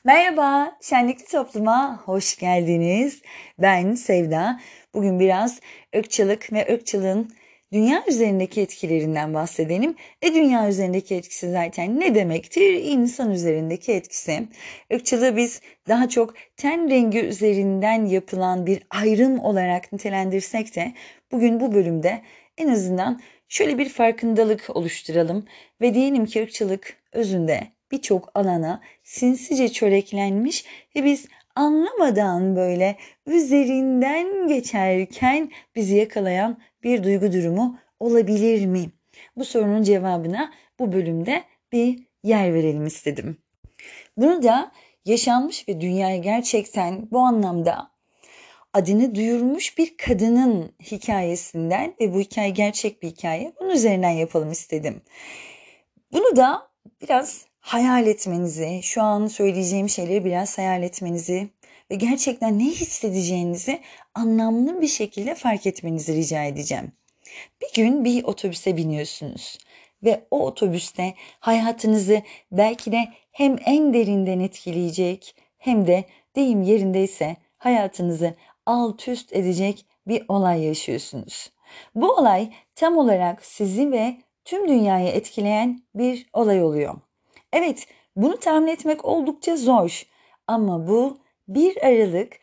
Merhaba, Şenlikli Toplum'a hoş geldiniz. Ben Sevda. Bugün biraz ırkçılık ve ırkçılığın dünya üzerindeki etkilerinden bahsedelim. Dünya üzerindeki etkisi zaten ne demektir? İnsan üzerindeki etkisi. Irkçılığı biz daha çok ten rengi üzerinden yapılan bir ayrım olarak nitelendirsek de bugün bu bölümde en azından şöyle bir farkındalık oluşturalım ve diyelim ki ırkçılık özünde birçok alana sinsice çöreklenmiş ve biz anlamadan böyle üzerinden geçerken bizi yakalayan bir duygu durumu olabilir mi? Bu sorunun cevabına bu bölümde bir yer verelim istedim. Bunu da yaşanmış ve dünyaya gerçekten bu anlamda adını duyurmuş bir kadının hikayesinden ve bu hikaye gerçek bir hikaye. Bunun üzerinden yapalım istedim. Bunu da biraz hayal etmenizi, şu an söyleyeceğim şeyleri biraz hayal etmenizi ve gerçekten ne hissedeceğinizi anlamlı bir şekilde fark etmenizi rica edeceğim. Bir gün bir otobüse biniyorsunuz ve o otobüste hayatınızı belki de hem en derinden etkileyecek hem de deyim yerindeyse hayatınızı alt üst edecek bir olay yaşıyorsunuz. Bu olay tam olarak sizi ve tüm dünyayı etkileyen bir olay oluyor. Evet, bunu tahmin etmek oldukça zor ama bu 1 Aralık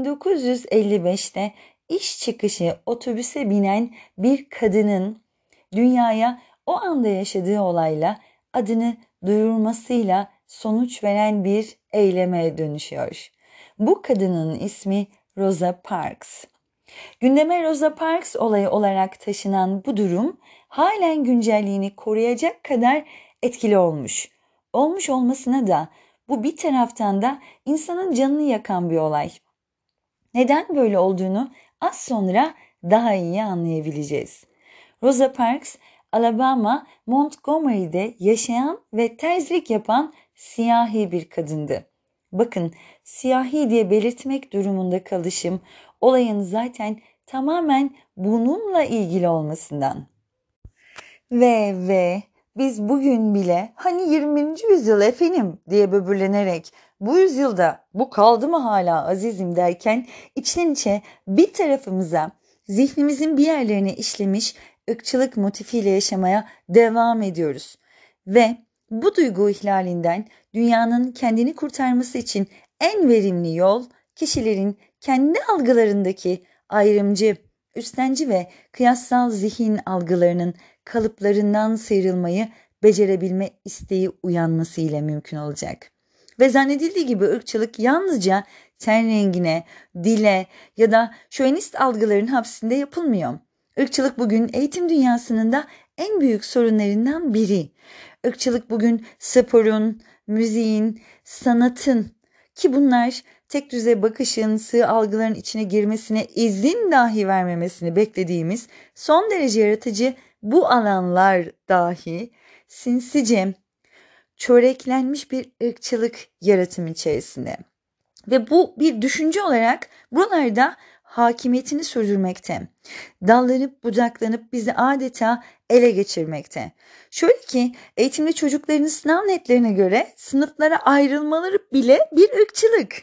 1955'te iş çıkışı otobüse binen bir kadının dünyaya o anda yaşadığı olayla adını duyurmasıyla sonuç veren bir eyleme dönüşüyor. Bu kadının ismi Rosa Parks. Gündeme Rosa Parks olayı olarak taşınan bu durum halen güncelliğini koruyacak kadar etkili olmuş. Olmuş olmasına da bu bir taraftan da insanın canını yakan bir olay. Neden böyle olduğunu az sonra daha iyi anlayabileceğiz. Rosa Parks, Alabama, Montgomery'de yaşayan ve terzilik yapan siyahi bir kadındı. Bakın, siyahi diye belirtmek durumunda kalışım olayın zaten tamamen bununla ilgili olmasından. Ve biz bugün bile hani 20. yüzyıl efendim diye böbürlenerek bu yüzyılda bu kaldı mı hala azizim derken içten içe bir tarafımıza zihnimizin bir yerlerine işlemiş ırkçılık motifiyle yaşamaya devam ediyoruz. Ve bu duygu ihlalinden dünyanın kendini kurtarması için en verimli yol kişilerin kendi algılarındaki ayrımcı, üstenci ve kıyassal zihin algılarının kalıplarından sıyrılmayı becerebilme isteği uyanması ile mümkün olacak. Ve zannedildiği gibi ırkçılık yalnızca ten rengine, dile ya da şövenist algıların hapsinde yapılmıyor. Irkçılık bugün eğitim dünyasının da en büyük sorunlarından biri. Irkçılık bugün sporun, müziğin, sanatın ki bunlar tek düze bakışın, sığ algıların içine girmesine izin dahi vermemesini beklediğimiz son derece yaratıcı bu alanlar dahi sinsice çöreklenmiş bir ırkçılık yaratım içerisinde. Ve bu bir düşünce olarak buralarda hakimiyetini sürdürmekte. Dallanıp budaklanıp bizi adeta ele geçirmekte. Şöyle ki eğitimde çocukların sınav netlerine göre sınıflara ayrılmaları bile bir ırkçılık.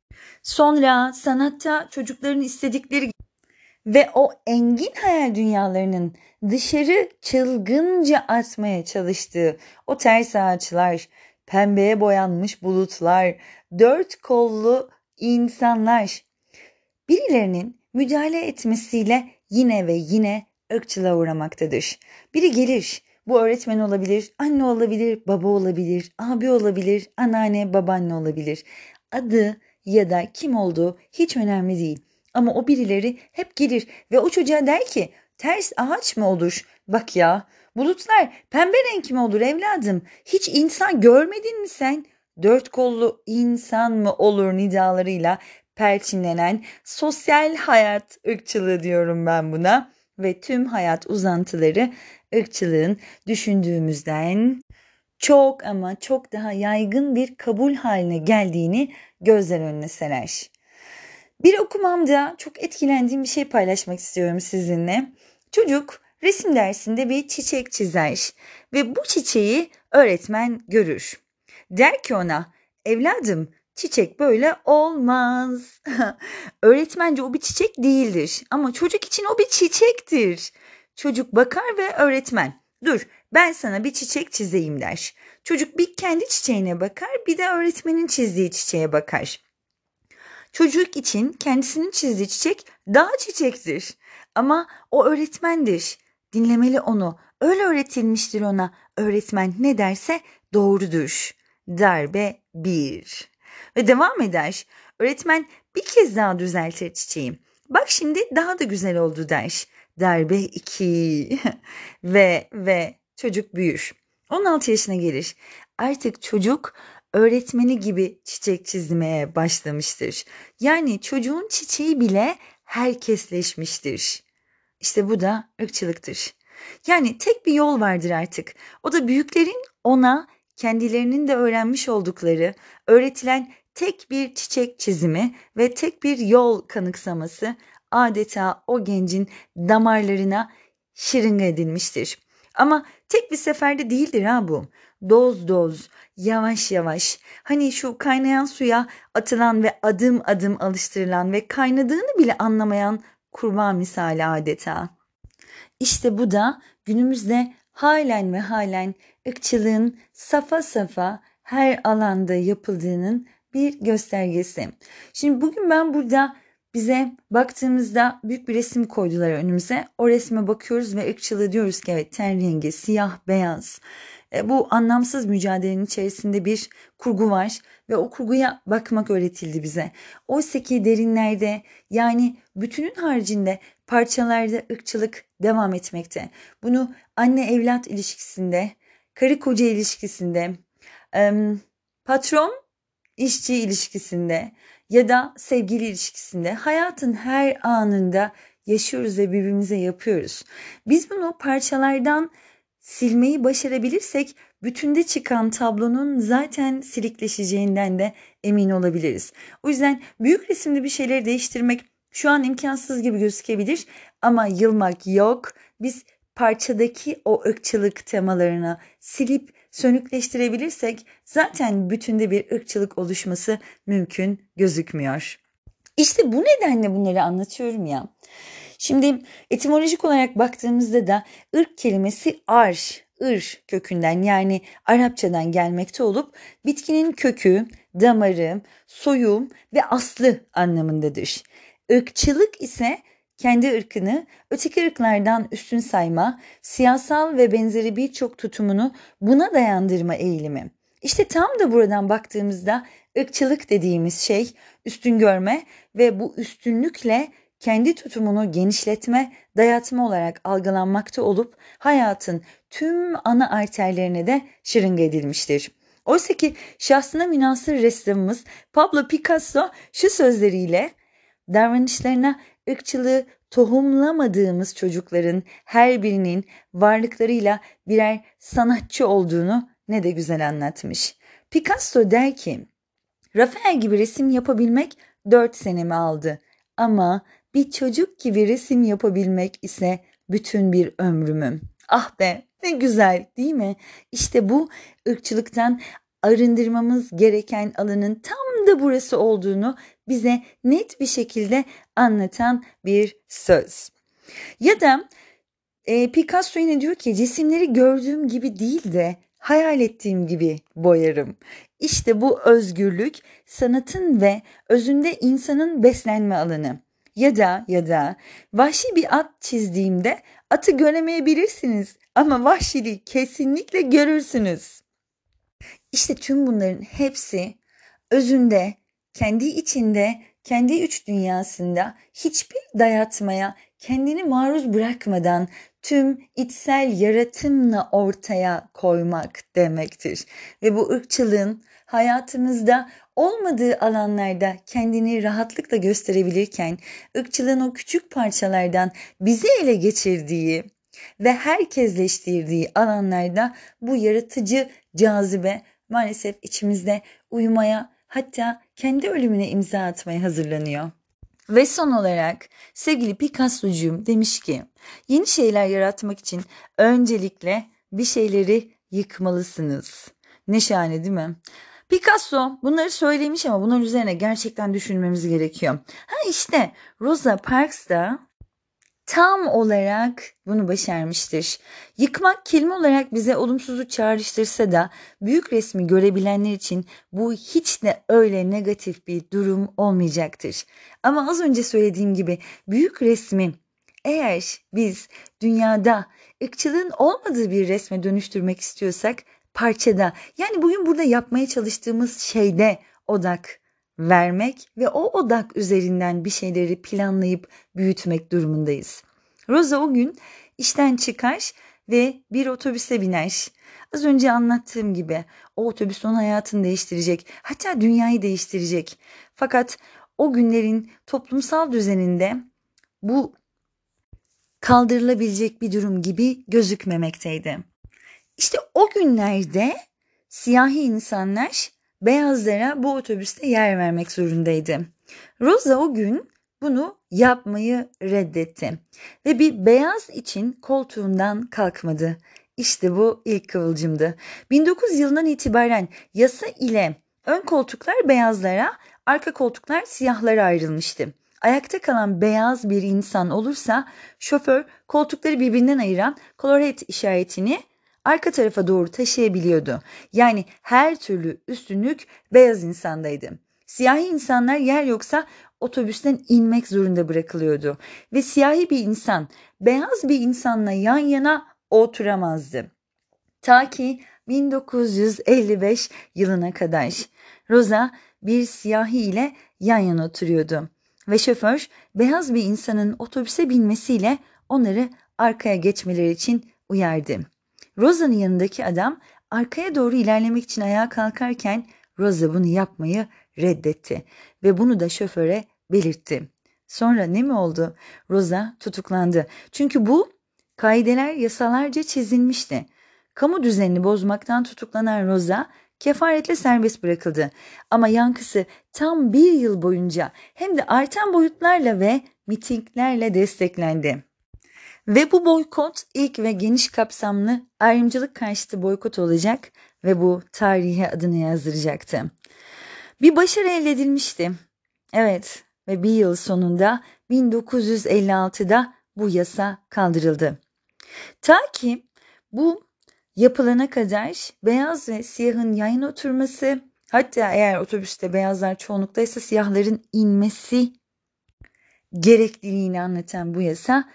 Sonra sanatta çocukların istedikleri ve o engin hayal dünyalarının dışarı çılgınca atmaya çalıştığı o ters ağaçlar, pembeye boyanmış bulutlar, dört kollu insanlar birilerinin müdahale etmesiyle yine ve yine ırkçılığa uğramaktadır. Biri gelir, bu öğretmen olabilir, anne olabilir, baba olabilir, abi olabilir, anneanne, babaanne olabilir. Adı ya da kim olduğu hiç önemli değil. Ama o birileri hep gelir ve o çocuğa der ki ters ağaç mı olur? Bak ya bulutlar pembe renk mi olur evladım? Hiç insan görmedin mi sen? Dört kollu insan mı olur nidalarıyla perçinlenen sosyal hayat ırkçılığı diyorum ben buna. Ve tüm hayat uzantıları ırkçılığın düşündüğümüzden çok ama çok daha yaygın bir kabul haline geldiğini gözler önüne serer. Bir okumamda çok etkilendiğim bir şey paylaşmak istiyorum sizinle. Çocuk resim dersinde bir çiçek çizer ve bu çiçeği öğretmen görür. Der ki ona, evladım çiçek böyle olmaz. Öğretmence o bir çiçek değildir ama çocuk için o bir çiçektir. Çocuk bakar ve öğretmen, dur ben sana bir çiçek çizeyim der. Çocuk bir kendi çiçeğine bakar, bir de öğretmenin çizdiği çiçeğe bakar. Çocuk için kendisinin çizdiği çiçek daha çiçektir. Ama o öğretmendir. Dinlemeli onu. Öyle öğretilmiştir ona. Öğretmen ne derse doğrudur. Darbe 1. Ve devam eder. Öğretmen bir kez daha düzeltir çiçeği. Bak şimdi daha da güzel oldu der. Darbe 2. ve çocuk büyür. 16 yaşına gelir. Artık çocuk öğretmeni gibi çiçek çizmeye başlamıştır. Yani çocuğun çiçeği bile herkesleşmiştir. İşte bu da ırkçılıktır. Yani tek bir yol vardır artık. O da büyüklerin ona kendilerinin de öğrenmiş oldukları, öğretilen tek bir çiçek çizimi ve tek bir yol kanıksaması adeta o gencin damarlarına şırınga edilmiştir. Ama tek bir seferde değildir ha bu. Doz doz, yavaş yavaş, hani şu kaynayan suya atılan ve adım adım alıştırılan ve kaynadığını bile anlamayan kurbağa misali adeta. İşte bu da günümüzde halen ve halen ırkçılığın safa safa her alanda yapıldığının bir göstergesi. Şimdi bugün ben burada bize baktığımızda büyük bir resim koydular önümüze. O resme bakıyoruz ve ırkçılığı diyoruz ki evet, ten rengi, siyah, beyaz. Bu anlamsız mücadelenin içerisinde bir kurgu var ve o kurguya bakmak öğretildi bize. Oysa ki derinlerde, yani bütünün haricinde parçalarda ırkçılık devam etmekte. Bunu anne evlat ilişkisinde, karı koca ilişkisinde, patron işçi ilişkisinde ya da sevgili ilişkisinde, hayatın her anında yaşıyoruz ve birbirimize yapıyoruz. Biz bunu parçalardan silmeyi başarabilirsek bütünde çıkan tablonun zaten silikleşeceğinden de emin olabiliriz. O yüzden büyük resimde bir şeyleri değiştirmek şu an imkansız gibi gözükebilir ama yılmak yok. Biz parçadaki o ırkçılık temalarını silip sönükleştirebilirsek zaten bütünde bir ırkçılık oluşması mümkün gözükmüyor. İşte bu nedenle bunları anlatıyorum ya. Şimdi etimolojik olarak baktığımızda da ırk kelimesi ır kökünden, yani Arapçadan gelmekte olup bitkinin kökü, damarı, soyu ve aslı anlamındadır. Irkçılık ise kendi ırkını öteki ırklardan üstün sayma, siyasal ve benzeri birçok tutumunu buna dayandırma eğilimi. İşte tam da buradan baktığımızda ırkçılık dediğimiz şey üstün görme ve bu üstünlükle kendi tutumunu genişletme, dayatma olarak algılanmakta olup hayatın tüm ana arterlerine de şırınga edilmiştir. Oysa ki şahsına münhasır ressamımız Pablo Picasso şu sözleriyle davranışlarına ırkçılığı tohumlamadığımız çocukların her birinin varlıklarıyla birer sanatçı olduğunu ne de güzel anlatmış. Picasso der ki, Rafael gibi resim yapabilmek 4 senemi aldı ama bir çocuk gibi resim yapabilmek ise bütün bir ömrümü. Ah be, ne güzel değil mi? İşte bu ırkçılıktan arındırmamız gereken alanın tam da burası olduğunu bize net bir şekilde anlatan bir söz. Ya da Picasso yine diyor ki, cisimleri gördüğüm gibi değil de hayal ettiğim gibi boyarım. İşte bu özgürlük sanatın ve özünde insanın beslenme alanı. Ya da vahşi bir at çizdiğimde atı göremeyebilirsiniz ama vahşiliği kesinlikle görürsünüz. İşte tüm bunların hepsi özünde, kendi içinde, kendi iç dünyasında hiçbir dayatmaya kendini maruz bırakmadan tüm içsel yaratımla ortaya koymak demektir. Ve bu ırkçılığın hayatımızda olmadığı alanlarda kendini rahatlıkla gösterebilirken, ırkçılığın o küçük parçalardan bizi ele geçirdiği ve herkesleştirdiği alanlarda bu yaratıcı cazibe maalesef içimizde uyumaya, hatta kendi ölümüne imza atmaya hazırlanıyor. Ve son olarak sevgili Picasso'cum demiş ki, yeni şeyler yaratmak için öncelikle bir şeyleri yıkmalısınız. Ne şahane değil mi? Picasso bunları söylemiş ama bunların üzerine gerçekten düşünmemiz gerekiyor. İşte Rosa Parks da tam olarak bunu başarmıştır. Yıkmak kelime olarak bize olumsuzu çağrıştırsa da büyük resmi görebilenler için bu hiç de öyle negatif bir durum olmayacaktır. Ama az önce söylediğim gibi büyük resmi eğer biz dünyada ırkçılığın olmadığı bir resme dönüştürmek istiyorsak parçada, yani bugün burada yapmaya çalıştığımız şeyde odak vermek ve o odak üzerinden bir şeyleri planlayıp büyütmek durumundayız. Rosa o gün işten çıkar ve bir otobüse biner. Az önce anlattığım gibi o otobüs onun hayatını değiştirecek, hatta dünyayı değiştirecek. Fakat o günlerin toplumsal düzeninde bu kaldırılabilecek bir durum gibi gözükmemekteydi. İşte o günlerde siyahi insanlar beyazlara bu otobüste yer vermek zorundaydı. Rosa o gün bunu yapmayı reddetti ve bir beyaz için koltuğundan kalkmadı. İşte bu ilk kıvılcımdı. 1900 yılından itibaren yasa ile ön koltuklar beyazlara, arka koltuklar siyahlara ayrılmıştı. Ayakta kalan beyaz bir insan olursa şoför koltukları birbirinden ayıran colored işaretini arka tarafa doğru taşıyabiliyordu. Yani her türlü üstünlük beyaz insandaydı. Siyahi insanlar yer yoksa otobüsten inmek zorunda bırakılıyordu. Ve siyahi bir insan beyaz bir insanla yan yana oturamazdı. Ta ki 1955 yılına kadar Rosa bir siyahi ile yan yana oturuyordu. Ve şoför beyaz bir insanın otobüse binmesiyle onları arkaya geçmeleri için uyardı. Rosa'nın yanındaki adam arkaya doğru ilerlemek için ayağa kalkarken Rosa bunu yapmayı reddetti ve bunu da şoföre belirtti. Sonra ne mi oldu? Rosa tutuklandı. Çünkü bu kaideler yasalarca çizilmişti. Kamu düzenini bozmaktan tutuklanan Rosa kefaretle serbest bırakıldı. Ama yankısı tam bir yıl boyunca hem de artan boyutlarla ve mitinglerle desteklendi. Ve bu boykot ilk ve geniş kapsamlı ayrımcılık karşıtı boykot olacak ve bu tarihe adını yazdıracaktı. Bir başarı elde edilmişti. Evet, ve bir yıl sonunda 1956'da bu yasa kaldırıldı. Ta ki bu yapılana kadar beyaz ve siyahın yan yana oturması, hatta eğer otobüste beyazlar çoğunluktaysa siyahların inmesi gerekliliğini anlatan bu yasa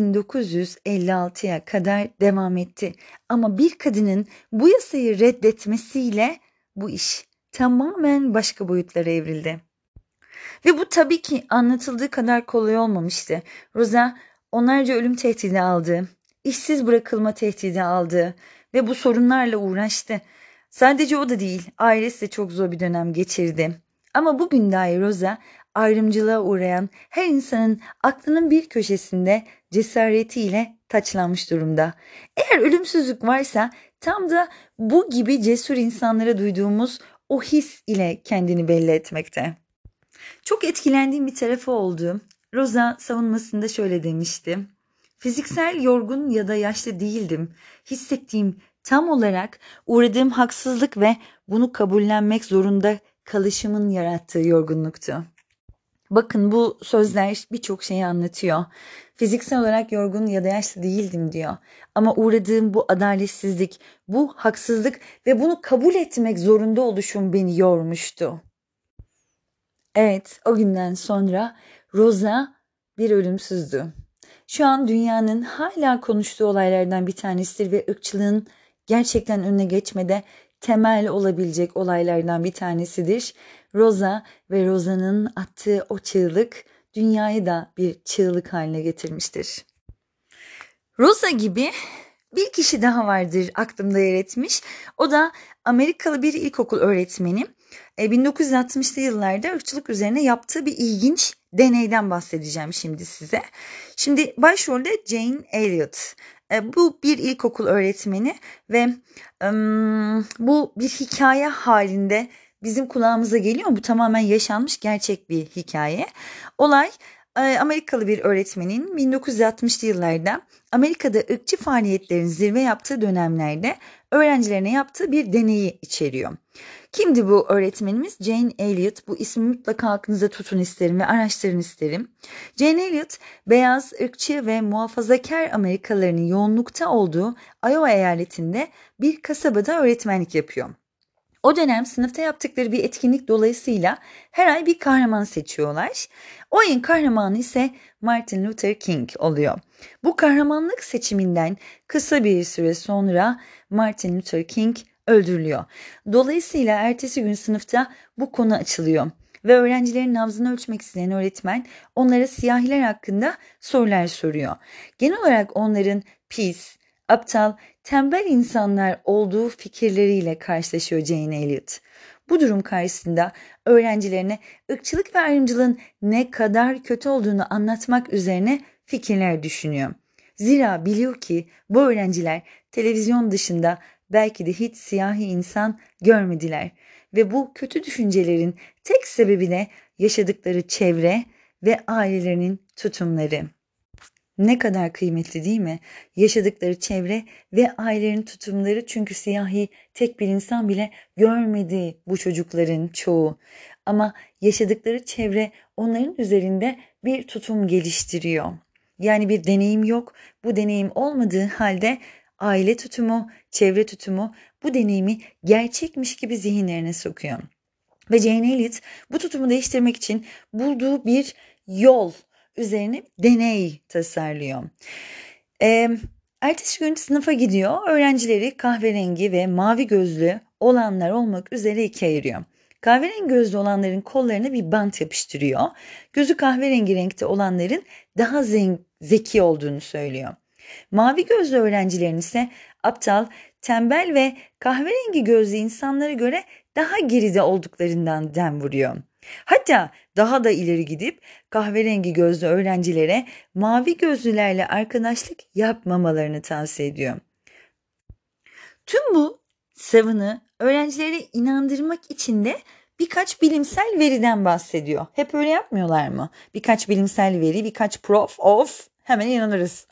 1956'ya kadar devam etti. Ama bir kadının bu yasayı reddetmesiyle bu iş tamamen başka boyutlara evrildi. Ve bu tabii ki anlatıldığı kadar kolay olmamıştı. Rosa onlarca ölüm tehdidi aldı, işsiz bırakılma tehdidi aldı ve bu sorunlarla uğraştı. Sadece o da değil, ailesi de çok zor bir dönem geçirdi. Ama bugün dahi Rosa ayrımcılığa uğrayan her insanın aklının bir köşesinde cesaretiyle taçlanmış durumda. Eğer ölümsüzlük varsa tam da bu gibi cesur insanlara duyduğumuz o his ile kendini belli etmekte. Çok etkilendiğim bir tarafı oldu. Rosa savunmasında şöyle demişti. Fiziksel yorgun ya da yaşlı değildim. Hissettiğim tam olarak uğradığım haksızlık ve bunu kabullenmek zorunda kalışımın yarattığı yorgunluktu. Bakın bu sözler birçok şeyi anlatıyor. Fiziksel olarak yorgun ya da yaşlı değildim diyor. Ama uğradığım bu adaletsizlik, bu haksızlık ve bunu kabul etmek zorunda oluşum beni yormuştu. Evet, o günden sonra Rosa bir ölümsüzdü. Şu an dünyanın hala konuştuğu olaylardan bir tanesidir ve ırkçılığın gerçekten önüne geçmede temel olabilecek olaylardan bir tanesidir. Rosa ve Rosa'nın attığı o çığlık dünyayı da bir çığlık haline getirmiştir. Rosa gibi bir kişi daha vardır aklımda yer etmiş. O da Amerikalı bir ilkokul öğretmeni. 1960'lı yıllarda ırkçılık üzerine yaptığı bir ilginç deneyden bahsedeceğim şimdi size. Şimdi başrolde Jane Elliott. Bu bir ilkokul öğretmeni ve bu bir hikaye halinde bizim kulağımıza geliyor. Bu tamamen yaşanmış gerçek bir hikaye. Olay Amerikalı bir öğretmenin 1960'lı yıllarda Amerika'da ırkçı faaliyetlerin zirve yaptığı dönemlerde öğrencilerine yaptığı bir deneyi içeriyor. Kimdi bu öğretmenimiz? Jane Elliot. Bu ismi mutlaka aklınıza tutun isterim ve araştırın isterim. Jane Elliot, beyaz, ırkçı ve muhafazakar Amerikalıların yoğunlukta olduğu Iowa eyaletinde bir kasabada öğretmenlik yapıyor. O dönem sınıfta yaptıkları bir etkinlik dolayısıyla her ay bir kahraman seçiyorlar. O ayın kahramanı ise Martin Luther King oluyor. Bu kahramanlık seçiminden kısa bir süre sonra Martin Luther King öldürülüyor. Dolayısıyla ertesi gün sınıfta bu konu açılıyor ve öğrencilerin nabzını ölçmek isteyen öğretmen onlara siyahiler hakkında sorular soruyor. Genel olarak onların pis, aptal, tembel insanlar olduğu fikirleriyle karşılaşıyor Jane Elliot. Bu durum karşısında öğrencilerine ırkçılık ve ayrımcılığın ne kadar kötü olduğunu anlatmak üzerine fikirler düşünüyor. Zira biliyor ki bu öğrenciler televizyon dışında belki de hiç siyahi insan görmediler ve bu kötü düşüncelerin tek sebebi de yaşadıkları çevre ve ailelerinin tutumları. Ne kadar kıymetli değil mi? Yaşadıkları çevre ve ailelerin tutumları, çünkü siyahi tek bir insan bile görmedi bu çocukların çoğu. Ama yaşadıkları çevre onların üzerinde bir tutum geliştiriyor. Yani bir deneyim yok. Bu deneyim olmadığı halde aile tutumu, çevre tutumu bu deneyimi gerçekmiş gibi zihinlerine sokuyor. Ve Jane Elliot bu tutumu değiştirmek için bulduğu bir yol üzerine deney tasarlıyor. Ertesi gün sınıfa gidiyor. Öğrencileri kahverengi ve mavi gözlü olanlar olmak üzere ikiye ayırıyor. Kahverengi gözlü olanların kollarına bir bant yapıştırıyor. Gözü kahverengi renkte olanların daha zeki olduğunu söylüyor. Mavi gözlü öğrencilerin ise aptal, tembel ve kahverengi gözlü insanlara göre daha geride olduklarından dem vuruyor. Hatta daha da ileri gidip kahverengi gözlü öğrencilere mavi gözlülerle arkadaşlık yapmamalarını tavsiye ediyor. Tüm bu savını öğrencileri inandırmak için de birkaç bilimsel veriden bahsediyor. Hep öyle yapmıyorlar mı? Birkaç bilimsel veri, birkaç proof of, hemen inanırız.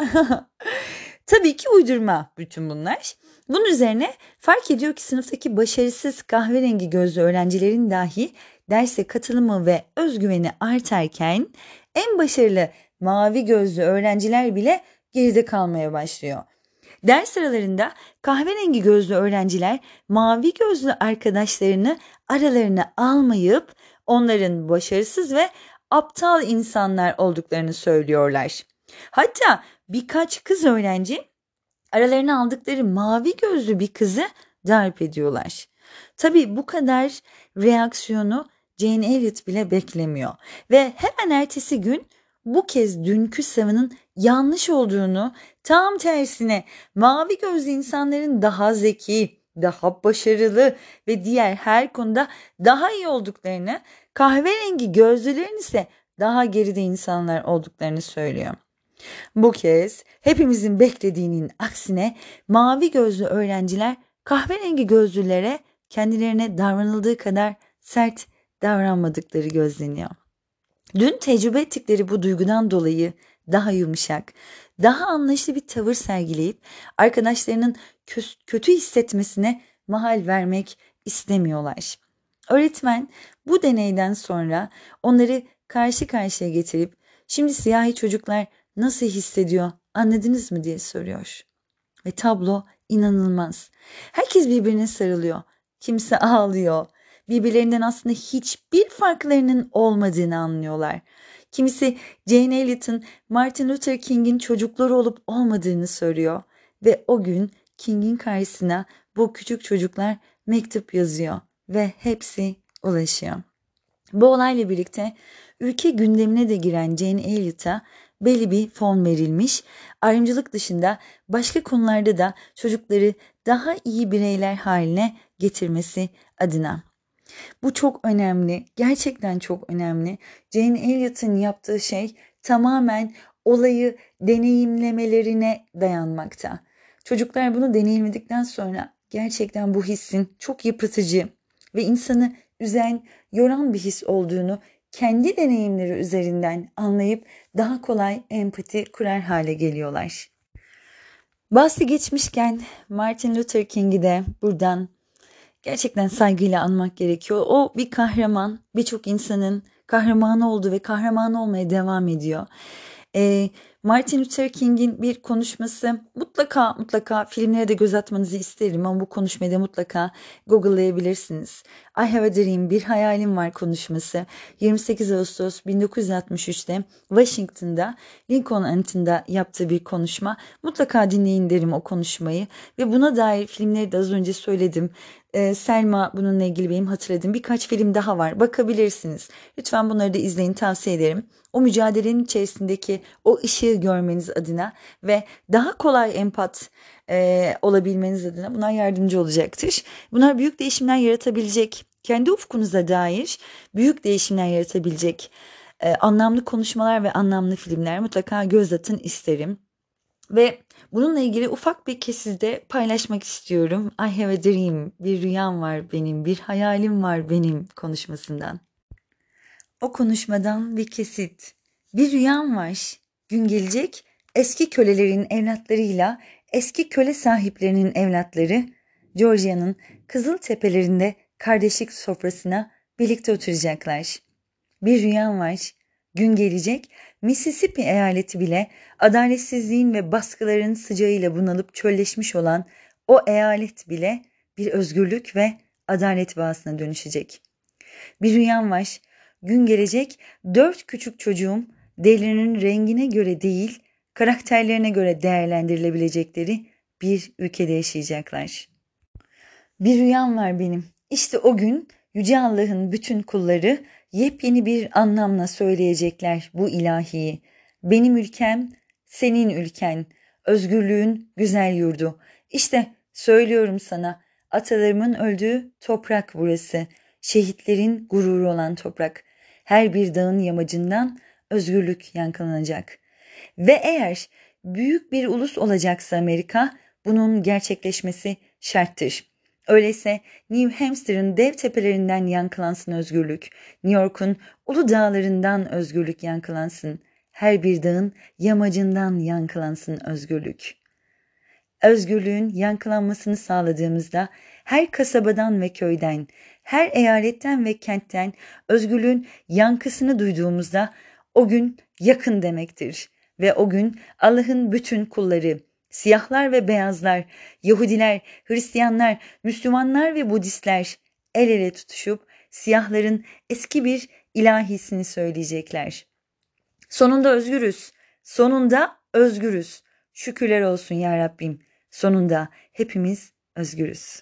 Tabii ki uydurma bütün bunlar. Bunun üzerine fark ediyor ki sınıftaki başarısız kahverengi gözlü öğrencilerin dahi derse katılımı ve özgüveni artarken en başarılı mavi gözlü öğrenciler bile geride kalmaya başlıyor. Ders aralarında kahverengi gözlü öğrenciler mavi gözlü arkadaşlarını aralarına almayıp onların başarısız ve aptal insanlar olduklarını söylüyorlar. Hatta birkaç kız öğrenci aralarına aldıkları mavi gözlü bir kızı darp ediyorlar. Tabii bu kadar reaksiyonu Jane Elliot bile beklemiyor ve hemen ertesi gün bu kez dünkü savının yanlış olduğunu, tam tersine mavi gözlü insanların daha zeki, daha başarılı ve diğer her konuda daha iyi olduklarını, kahverengi gözlülerin ise daha geride insanlar olduklarını söylüyor. Bu kez hepimizin beklediğinin aksine mavi gözlü öğrenciler kahverengi gözlülere kendilerine davranıldığı kadar sert davranmadıkları gözleniyor. Dün tecrübe ettikleri bu duygudan dolayı daha yumuşak, daha anlayışlı bir tavır sergileyip arkadaşlarının kötü hissetmesine mahal vermek istemiyorlar. Öğretmen bu deneyden sonra onları karşı karşıya getirip şimdi siyahi çocuklar nasıl hissediyor anladınız mı diye soruyor. Ve tablo inanılmaz. Herkes birbirine sarılıyor. Kimse ağlıyor. Birbirlerinden aslında hiçbir farklarının olmadığını anlıyorlar. Kimisi Jane Elliot'ın Martin Luther King'in çocukları olup olmadığını soruyor. Ve o gün King'in karşısına bu küçük çocuklar mektup yazıyor ve hepsi ulaşıyor. Bu olayla birlikte ülke gündemine de giren Jane Elliot'a belli bir fon verilmiş. Ayrımcılık dışında başka konularda da çocukları daha iyi bireyler haline getirmesi adına. Bu çok önemli. Gerçekten çok önemli. Jane Elliot'ın yaptığı şey tamamen olayı deneyimlemelerine dayanmakta. Çocuklar bunu deneyimledikten sonra gerçekten bu hissin çok yıpratıcı ve insanı üzen, yoran bir his olduğunu kendi deneyimleri üzerinden anlayıp daha kolay empati kurar hale geliyorlar. Bahsi geçmişken Martin Luther King'i de buradan gerçekten saygıyla anmak gerekiyor. O bir kahraman, birçok insanın kahramanı oldu ve kahramanı olmaya devam ediyor. Martin Luther King'in bir konuşması mutlaka filmlere de göz atmanızı isterim ama bu konuşmayı da mutlaka Google'layabilirsiniz. I Have a Dream, bir hayalim var konuşması 28 Ağustos 1963'te Washington'da Lincoln Anıtı'nda yaptığı bir konuşma. Mutlaka dinleyin derim o konuşmayı ve buna dair filmleri de az önce söyledim. Selma bununla ilgili benim hatırladığım birkaç film daha var. Bakabilirsiniz. Lütfen bunları da izleyin, tavsiye ederim. O mücadelenin içerisindeki o ışığı görmeniz adına ve daha kolay empat olabilmeniz adına bunlar yardımcı olacaktır. Bunlar büyük değişimler yaratabilecek, kendi ufkunuza dair büyük değişimler yaratabilecek anlamlı konuşmalar ve anlamlı filmler mutlaka göz atın isterim. Ve bununla ilgili ufak bir keside paylaşmak istiyorum. I have a dream, bir rüyam var benim, bir hayalim var benim konuşmasından. O konuşmadan bir kesit. Bir rüyam var. Gün gelecek, eski kölelerin evlatlarıyla eski köle sahiplerinin evlatları Georgia'nın kızıl tepelerinde kardeşlik sofrasına birlikte oturacaklar. Bir rüyam var. Gün gelecek, Mississippi eyaleti bile adaletsizliğin ve baskıların sıcağıyla bunalıp çölleşmiş olan o eyalet bile bir özgürlük ve adalet vaasına dönüşecek. Bir rüyam var. Gün gelecek, 4 küçük çocuğum derilerinin rengine göre değil, karakterlerine göre değerlendirilebilecekleri bir ülkede yaşayacaklar. Bir rüyam var benim. İşte o gün Yüce Allah'ın bütün kulları yepyeni bir anlamla söyleyecekler bu ilahiyi. Benim ülkem, senin ülken, özgürlüğün güzel yurdu. İşte söylüyorum sana, atalarımın öldüğü toprak burası. Şehitlerin gururu olan toprak. Her bir dağın yamacından özgürlük yankılanacak. Ve eğer büyük bir ulus olacaksa Amerika, bunun gerçekleşmesi şarttır. Öyleyse New Hampshire'ın dev tepelerinden yankılansın özgürlük. New York'un ulu dağlarından özgürlük yankılansın. Her bir dağın yamacından yankılansın özgürlük. Özgürlüğün yankılanmasını sağladığımızda her kasabadan ve köyden, her eyaletten ve kentten özgürlüğün yankısını duyduğumuzda o gün yakın demektir. Ve o gün Allah'ın bütün kulları, siyahlar ve beyazlar, Yahudiler, Hristiyanlar, Müslümanlar ve Budistler el ele tutuşup siyahların eski bir ilahisini söyleyecekler. Sonunda özgürüz, sonunda özgürüz. Şükürler olsun ya Rabbim. Sonunda hepimiz özgürüz.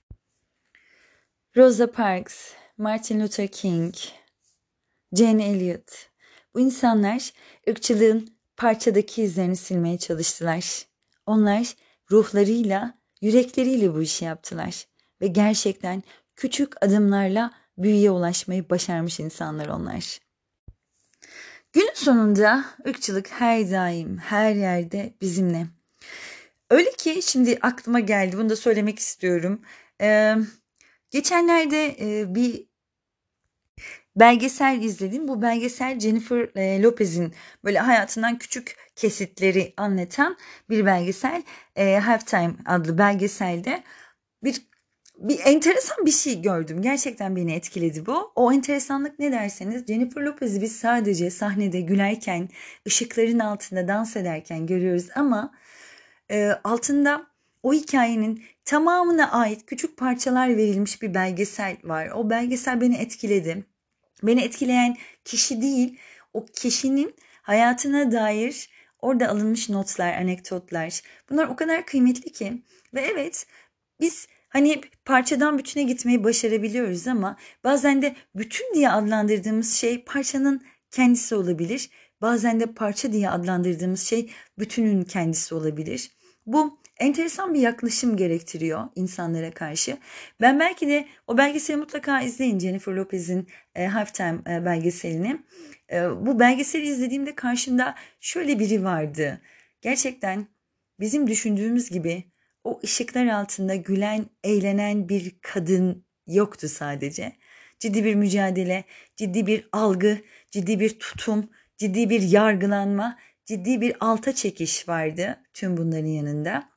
Rosa Parks, Martin Luther King, Jane Elliott. Bu insanlar ırkçılığın parçadaki izlerini silmeye çalıştılar. Onlar ruhlarıyla, yürekleriyle bu işi yaptılar. Ve gerçekten küçük adımlarla büyüye ulaşmayı başarmış insanlar onlar. Günün sonunda ırkçılık her daim, her yerde bizimle. Öyle ki şimdi aklıma geldi, bunu da söylemek istiyorum. Geçenlerde bir belgesel izledim. Bu belgesel Jennifer Lopez'in böyle hayatından küçük kesitleri anlatan bir belgesel. Halftime adlı belgeselde bir enteresan bir şey gördüm. Gerçekten beni etkiledi bu. O enteresanlık ne derseniz Jennifer Lopez'i biz sadece sahnede gülerken, ışıkların altında dans ederken görüyoruz ama altında o hikayenin tamamına ait küçük parçalar verilmiş bir belgesel var. O belgesel beni etkiledi. Beni etkileyen kişi değil, o kişinin hayatına dair orada alınmış notlar, anekdotlar. Bunlar o kadar kıymetli ki ve evet biz hani parçadan bütüne gitmeyi başarabiliyoruz ama bazen de bütün diye adlandırdığımız şey parçanın kendisi olabilir. Bazen de parça diye adlandırdığımız şey bütünün kendisi olabilir. Bu enteresan bir yaklaşım gerektiriyor insanlara karşı. Ben belki de o belgeseli mutlaka izleyin, Jennifer Lopez'in Halftime belgeselini. Bu belgeseli izlediğimde karşımda şöyle biri vardı. Gerçekten bizim düşündüğümüz gibi o ışıklar altında gülen, eğlenen bir kadın yoktu sadece. Ciddi bir mücadele, ciddi bir algı, ciddi bir tutum, ciddi bir yargılanma, ciddi bir alta çekiş vardı tüm bunların yanında.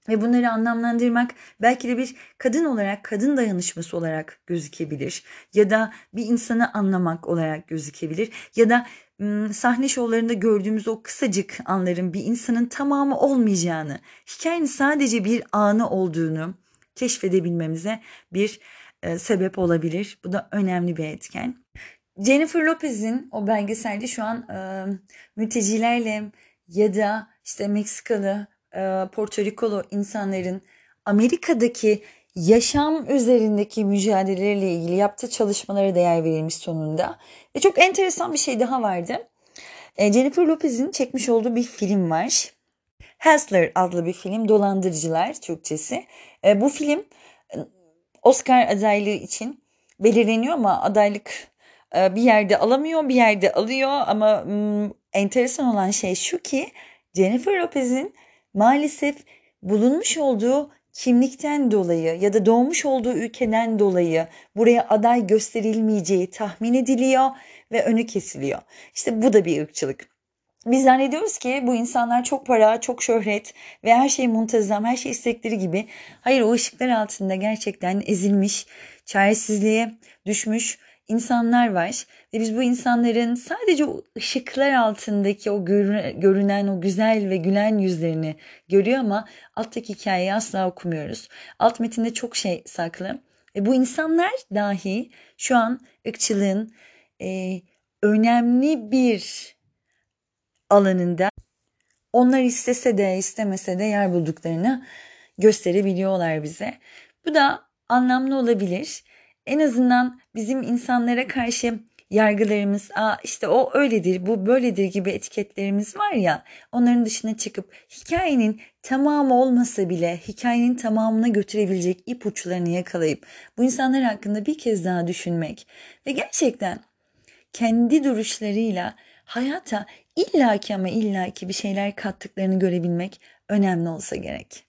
Ve bunları anlamlandırmak belki de bir kadın olarak, kadın dayanışması olarak gözükebilir. Ya da bir insanı anlamak olarak gözükebilir. Ya da sahne şovlarında gördüğümüz o kısacık anların bir insanın tamamı olmayacağını, hikayenin sadece bir anı olduğunu keşfedebilmemize bir sebep olabilir. Bu da önemli bir etken. Jennifer Lopez'in o belgeselde şu an mültecilerle ya da işte Meksikalı, Porto Rikolu insanların Amerika'daki yaşam üzerindeki mücadeleleriyle ilgili yaptığı çalışmalara değer verilmiş sonunda. Ve çok enteresan bir şey daha vardı. Jennifer Lopez'in çekmiş olduğu bir film var. Hustler adlı bir film, Dolandırıcılar Türkçesi. Bu film Oscar adaylığı için belirleniyor ama adaylık bir yerde alamıyor, bir yerde alıyor ama enteresan olan şey şu ki Jennifer Lopez'in maalesef bulunmuş olduğu kimlikten dolayı ya da doğmuş olduğu ülkeden dolayı buraya aday gösterilmeyeceği tahmin ediliyor ve önü kesiliyor. İşte bu da bir ırkçılık. Biz zannediyoruz ki bu insanlar çok para, çok şöhret ve her şey muntazam, her şey istekleri gibi. Hayır, o ışıklar altında gerçekten ezilmiş, çaresizliğe düşmüş insanlar var. Ve biz bu insanların sadece o ışıklar altındaki o görünen o güzel ve gülen yüzlerini görüyor ama alttaki hikayeyi asla okumuyoruz. Alt metinde çok şey saklı. Ve bu insanlar dahi şu an ırkçılığın önemli bir alanında onlar istese de istemese de yer bulduklarını gösterebiliyorlar bize. Bu da anlamlı olabilir. En azından bizim insanlara karşı yargılarımız, işte o öyledir, bu böyledir gibi etiketlerimiz var ya, onların dışına çıkıp hikayenin tamamı olmasa bile hikayenin tamamına götürebilecek ipuçlarını yakalayıp bu insanlar hakkında bir kez daha düşünmek ve gerçekten kendi duruşlarıyla hayata illaki ama illaki bir şeyler kattıklarını görebilmek önemli olsa gerek.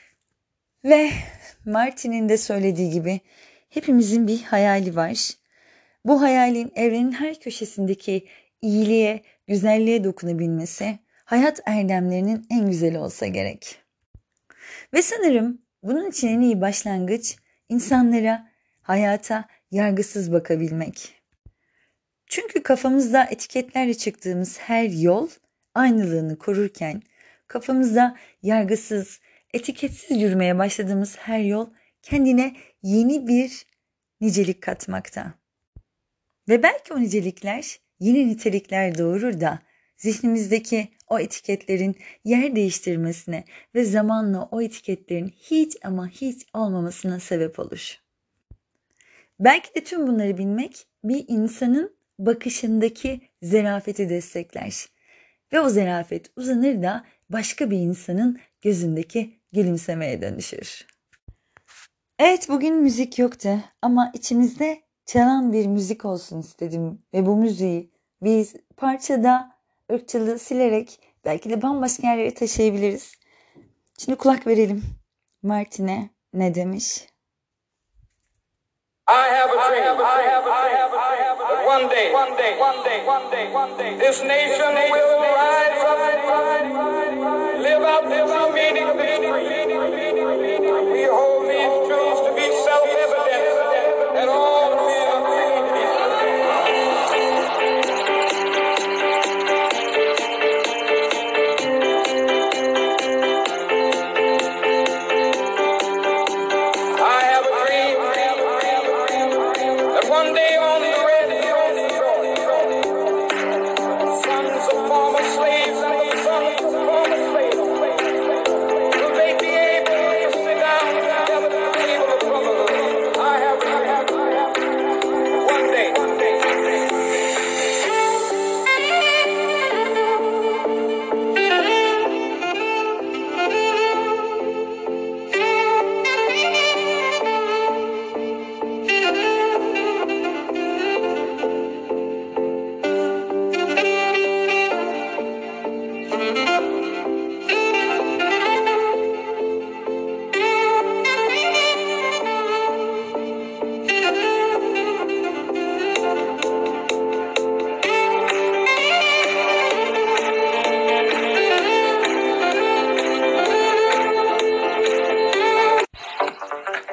Ve Martin'in de söylediği gibi hepimizin bir hayali var. Bu hayalin evrenin her köşesindeki iyiliğe, güzelliğe dokunabilmesi hayat erdemlerinin en güzeli olsa gerek. Ve sanırım bunun için en iyi başlangıç insanlara, hayata yargısız bakabilmek. Çünkü kafamızda etiketlerle çıktığımız her yol aynılığını korurken kafamızda yargısız, etiketsiz yürümeye başladığımız her yol kendine yeni bir nicelik katmakta. Ve belki o nicelikler yeni nitelikler doğurur da zihnimizdeki o etiketlerin yer değiştirmesine ve zamanla o etiketlerin hiç ama hiç olmamasına sebep olur. Belki de tüm bunları bilmek bir insanın bakışındaki zerafeti destekler. Ve o zerafet uzanır da başka bir insanın gözündeki gülümsemeye dönüşür. Evet, bugün müzik yoktu ama içimizde çalan bir müzik olsun istedim. Ve bu müziği biz parçada ırkçılığı silerek belki de bambaşka yerlere taşıyabiliriz. Şimdi kulak verelim. Martin'e ne demiş? I have a dream. That one day, this nation will rise up, live out the true meaning of its creed. We hold these truths to be self-evident, and all men are created I have a dream that one day on the red hills of Georgia, sons of former slaves and the sons of former slaves will they be able to sit down together at the table of brotherhood. I have a dream.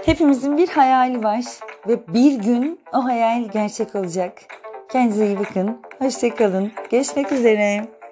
Hepimizin bir hayali var ve bir gün o hayal gerçek olacak. Kendinize iyi bakın. Hoşça kalın. Görüşmek üzere.